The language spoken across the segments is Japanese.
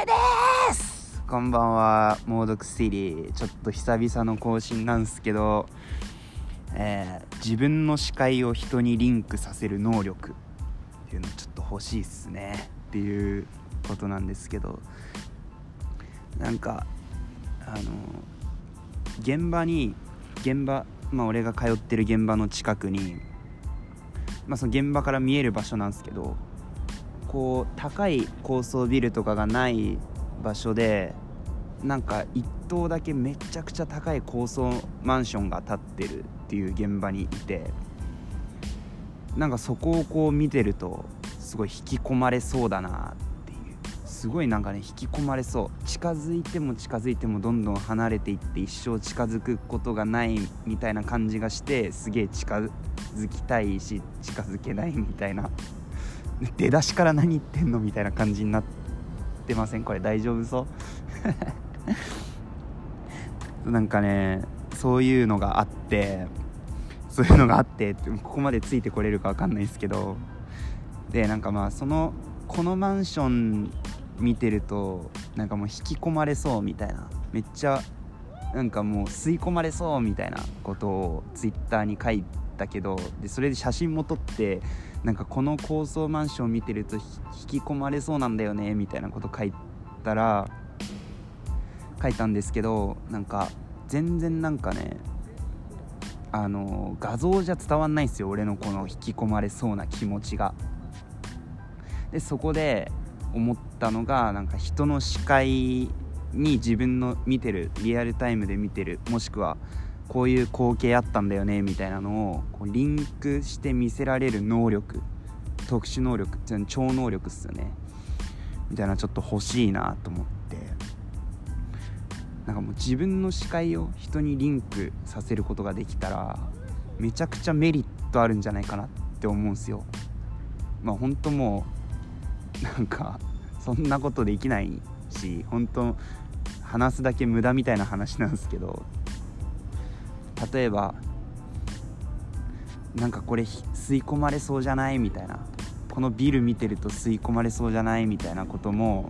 めです。こんばんは、猛毒スティリー。ちょっと久々の更新なんすけど、自分の視界を人にリンクさせる能力っていうのちょっと欲しいっすねっていうことなんですけど、なんか現場、俺が通ってる現場の近くに、その現場から見える場所なんですけど、こう高い高層ビルとかがない場所で、なんか一棟だけめちゃくちゃ高い高層マンションが建ってるっていう現場にいて、なんかそこをこう見てるとすごい引き込まれそうだなっていう、すごいなんかね、引き込まれそう、近づいてもどんどん離れていって一生近づくことがないみたいな感じがして、すげえ近づきたいし近づけないみたいな出だしから何言ってんのみたいな感じになってません？これ大丈夫そうなんかね、そういうのがあってここまでついてこれるか分かんないですけど、でなんかこのマンション見てるとなんかもう引き込まれそうみたいな、めっちゃなんかもう吸い込まれそうみたいなことをツイッターに書いたけど、でそれで写真も撮って、なんかこの高層マンション見てると引き込まれそうなんだよねみたいなこと書いたんですけど、なんか全然なんかね、画像じゃ伝わんないんですよ、俺のこの引き込まれそうな気持ちが。でそこで思ったのが、なんか人の視界に自分の見てる、リアルタイムで見てる、もしくはこういう光景あったんだよねみたいなのをこうリンクして見せられる能力、特殊能力、超能力っすよねみたいな、ちょっと欲しいなと思って、なんかもう自分の視界を人にリンクさせることができたらめちゃくちゃメリットあるんじゃないかなって思うんですよ。本当もうなんかそんなことできないし、本当話すだけ無駄みたいな話なんですけど、例えばなんかこれ吸い込まれそうじゃないみたいな、このビル見てると吸い込まれそうじゃないみたいなことも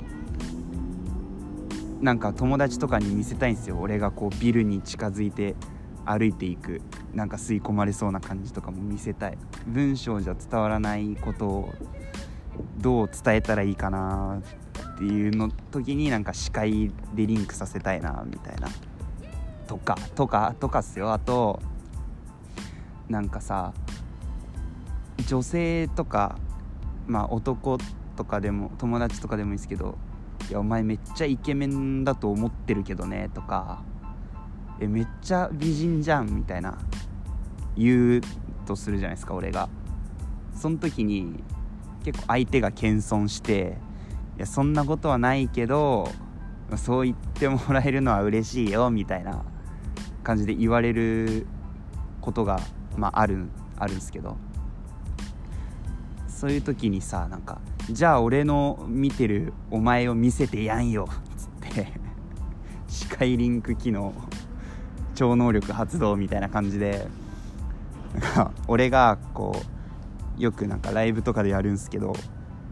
なんか友達とかに見せたいんですよ。俺がこうビルに近づいて歩いていく、なんか吸い込まれそうな感じとかも見せたい。文章じゃ伝わらないことをどう伝えたらいいかなっていうの時に、なんか視界でリンクさせたいなみたいなとかっすよ。あとなんかさ、女性とか男とかでも友達とかでもいいですけど、いやお前めっちゃイケメンだと思ってるけどねとか、めっちゃ美人じゃんみたいな言うとするじゃないですか、俺が。その時に結構相手が謙遜して、いやそんなことはないけどそう言ってもらえるのは嬉しいよみたいな感じで言われることがあるんですけど、そういう時にさ、なんかじゃあ俺の見てるお前を見せてやんよっつって視界リンク機能超能力発動みたいな感じで、なんか俺がこうよくなんかライブとかでやるんすけど、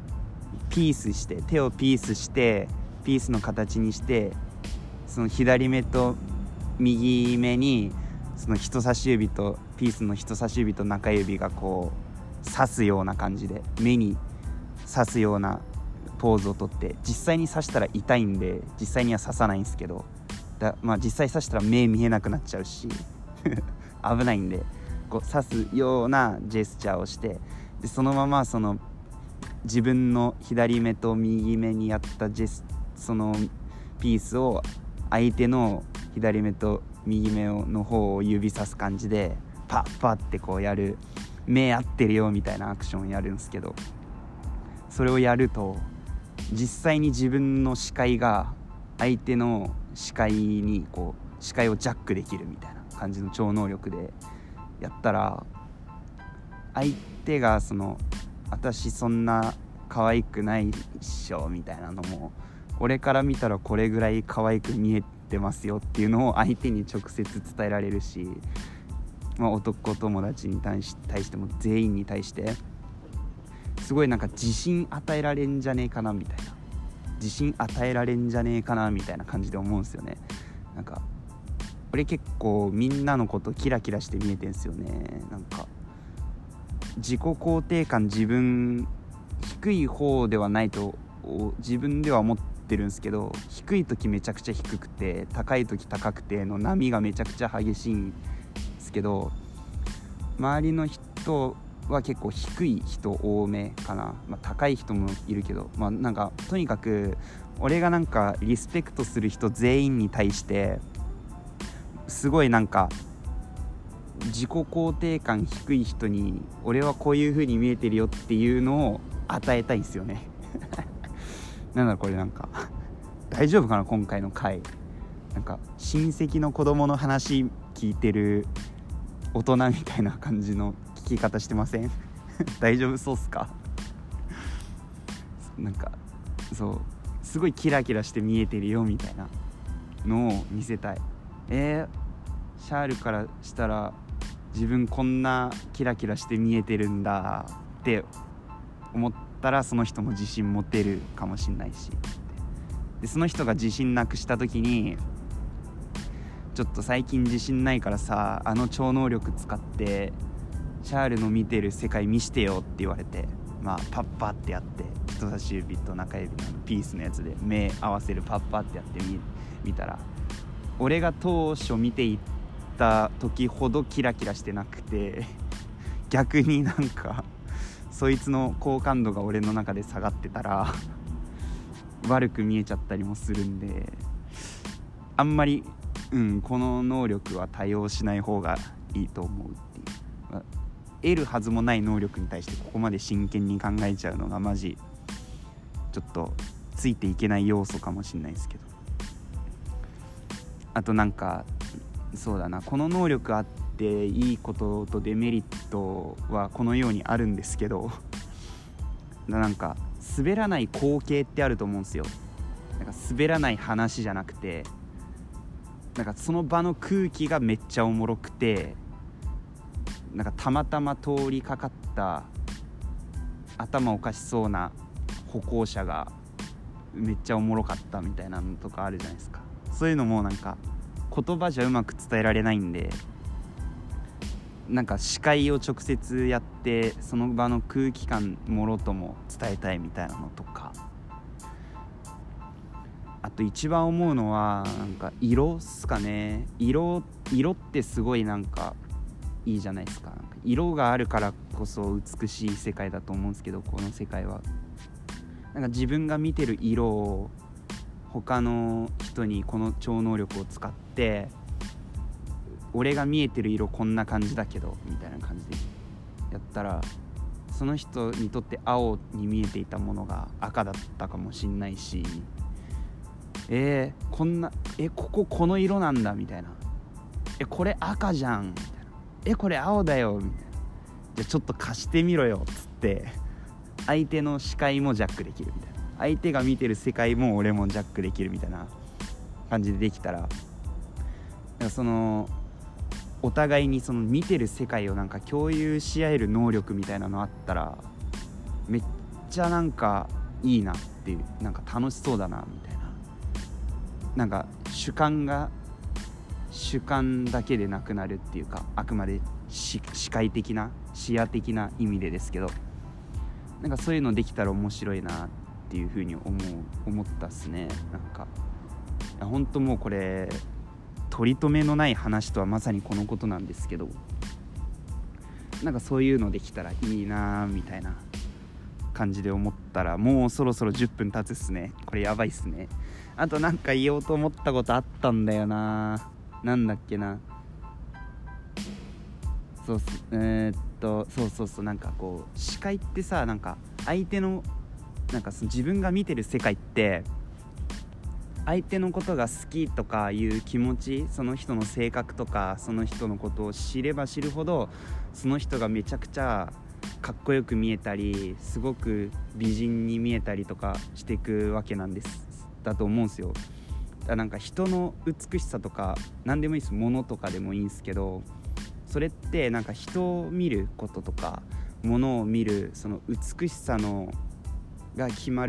手をピースしてピースの形にして、その左目と右目にその人差し指とピースの人差し指と中指がこう刺すような感じで、目に刺すようなポーズをとって、実際に刺したら痛いんで実際には刺さないんですけど、実際刺したら目見えなくなっちゃうし危ないんで、こう刺すようなジェスチャーをして、でそのままその自分の左目と右目にやったそのピースを相手の左目と右目の方を指さす感じでパッパッってこうやる、目合ってるよみたいなアクションやるんですけど、それをやると実際に自分の視界が相手の視界にこう視界をジャックできるみたいな感じの超能力でやったら、相手がその私そんな可愛くないっしょみたいなのも、俺から見たらこれぐらい可愛く見えてますよっていうのを相手に直接伝えられるし、男友達に対しても全員に対してすごいなんか自信与えられんじゃねえかなみたいな自信与えられんじゃねえかなみたいな感じで思うんですよね。なんか俺結構みんなのことキラキラして見えてんすよね。なんか自己肯定感自分低い方ではないと自分では思ってるんですけど、低い時めちゃくちゃ低くて高い時高くての波がめちゃくちゃ激しいんですけど、周りの人は結構低い人多めかな、高い人もいるけど、なんかとにかく俺がなんかリスペクトする人全員に対してすごいなんか自己肯定感低い人に俺はこういう風に見えてるよっていうのを与えたいんですよねなんだこれ、なんか大丈夫かな今回の回。なんか親戚の子供の話聞いてる大人みたいな感じの聞き方してません大丈夫そうっすかなんかそうすごいキラキラして見えてるよみたいなのを見せたい。シャールからしたら自分こんなキラキラして見えてるんだって思ったらその人も自信持てるかもしんないし、でその人が自信なくした時にちょっと最近自信ないからさ、あの超能力使ってシャールの見てる世界見してよって言われて、パッパってやって人差し指と中指のピースのやつで目合わせるパッパってやって見たら、俺が当初見ていった時ほどキラキラしてなくて逆になんかそいつの好感度が俺の中で下がってたら悪く見えちゃったりもするんで、あんまりこの能力は多用しない方がいいと思うっていう、得るはずもない能力に対してここまで真剣に考えちゃうのがマジちょっとついていけない要素かもしれないですけど、あとなんかそうだな、この能力あっていいこととデメリットはこのようにあるんですけどなんか滑らない光景ってあると思うんですよ。なんか滑らない話じゃなくて、なんかその場の空気がめっちゃおもろくて、なんかたまたま通りかかった頭おかしそうな歩行者がめっちゃおもろかったみたいなのとかあるじゃないですか。そういうのもなんか言葉じゃうまく伝えられないんで、なんか視界を直接やってその場の空気感もろとも伝えたいみたいなのとか、あと一番思うのはなんか色っすかね。色ってすごいなんかいいじゃないですか。なんか色があるからこそ美しい世界だと思うんですけど、この世界はなんか自分が見てる色を他の人にこの超能力を使って俺が見えてる色こんな感じだけどみたいな感じでやったら、その人にとって青に見えていたものが赤だったかもしんないし、この色なんだみたいな、これ赤じゃんみたいな、これ青だよみたいな、じゃあちょっと貸してみろよっつって相手の視界もジャックできるみたいな、相手が見てる世界も俺もジャックできるみたいな感じでできたら、そのお互いにその見てる世界をなんか共有し合える能力みたいなのあったらめっちゃなんかいいなっていう、なんか楽しそうだなみたいな、なんか主観だけでなくなるっていうか、あくまで視界的な視野的な意味でですけど、なんかそういうのできたら面白いなっていう風に思ったっすね。なんか本当もうこれ取り留めのない話とはまさにこのことなんですけど、なんかそういうのできたらいいなみたいな感じで思ったら、もうそろそろ10分経つっすね。これやばいっすね。あとなんか言おうと思ったことあったんだよな。なんだっけな。そうなんかこう視界ってさ、なんか相手のなんかその自分が見てる世界って相手のことが好きとかいう気持ち、その人の性格とかその人のことを知れば知るほどその人がめちゃくちゃかっこよく見えたりすごく美人に見えたりとかしていくわけだと思うんですよ。なんか人の美しさとか何でもいいです、物とかでもいいんですけど、それってなんか人を見ることとか物を見るその美しさのが決まる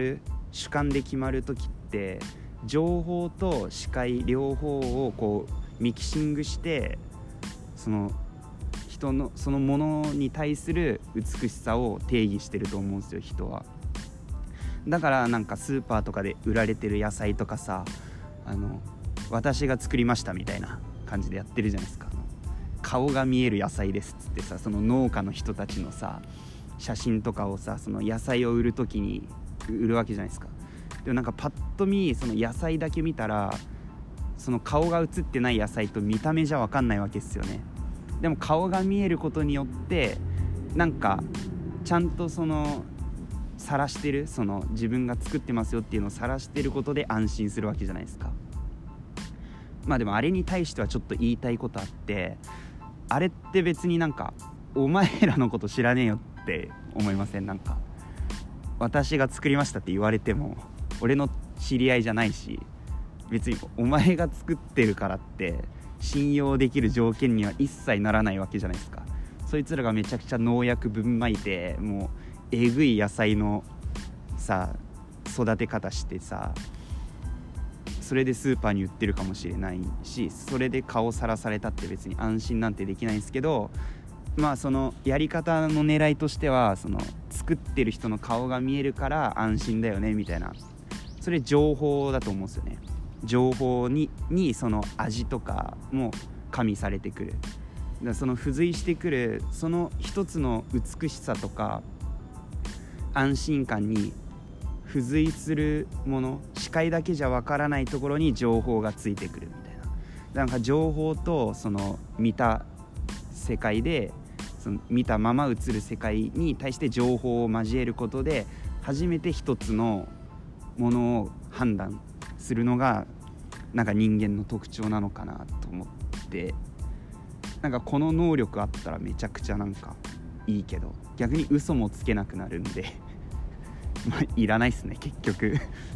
主観で決まる時って情報と視界両方をこうミキシングして、その人のそのものに対する美しさを定義してると思うんですよ、人は。だからなんかスーパーとかで売られてる野菜とかさ、私が作りましたみたいな感じでやってるじゃないですか。顔が見える野菜ですっつってさ、その農家の人たちのさ写真とかをさ、その野菜を売る時に売るわけじゃないですか。でもなんかパッと見その野菜だけ見たら、その顔が写ってない野菜と見た目じゃ分かんないわけですよね。でも顔が見えることによってなんかちゃんとその晒してる、その自分が作ってますよっていうのを晒してることで安心するわけじゃないですか。まあでもあれに対してはちょっと言いたいことあって、あれって別になんかお前らのこと知らねえよって思いません？なんか私が作りましたって言われても俺の知り合いじゃないし、別にお前が作ってるからって信用できる条件には一切ならないわけじゃないですか。そいつらがめちゃくちゃ農薬ぶんまいて、もうえぐい野菜のさ育て方してさ、それでスーパーに売ってるかもしれないし、それで顔さらされたって別に安心なんてできないんですけど、まあそのやり方の狙いとしては、その作ってる人の顔が見えるから安心だよねみたいな、それ情報だと思うんですよね。情報にその味とかも加味されてくる。だからその付随してくるその一つの美しさとか安心感に付随するもの、視界だけじゃわからないところに情報がついてくるみたいな。なんか情報とその見た世界で、その見たまま映る世界に対して情報を交えることで初めて一つのものを判断するのがなんか人間の特徴なのかなと思って、なんかこの能力あったらめちゃくちゃなんかいいけど、逆に嘘もつけなくなるんでまあいらないっすね結局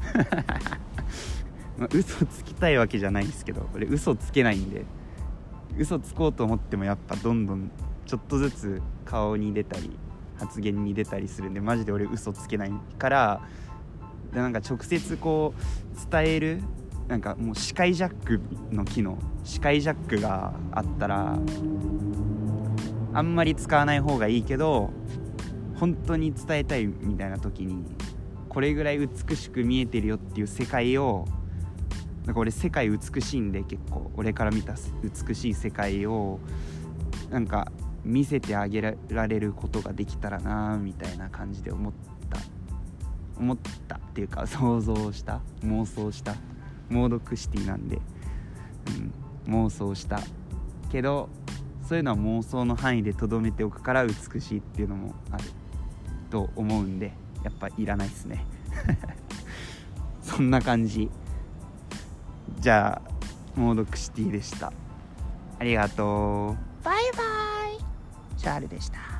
まあ嘘つきたいわけじゃないんですけど、俺嘘つけないんで、嘘つこうと思ってもやっぱどんどんちょっとずつ顔に出たり発言に出たりするんで、マジで俺嘘つけないから、でなんか直接こう伝える、なんかもう視界ジャックの機能、視界ジャックがあったらあんまり使わない方がいいけど、本当に伝えたいみたいな時にこれぐらい美しく見えてるよっていう世界を、なんか俺世界美しいんで、結構俺から見た美しい世界をなんか見せてあげられることができたらなみたいな感じで思ったっていうか、想像した、妄想した、モードクシティなんで、妄想したけど、そういうのは妄想の範囲で留めておくから美しいっていうのもあると思うんで、やっぱいらないっすねそんな感じ。じゃあモードクシティでした。ありがとう。 バイバイ。 チャールでした。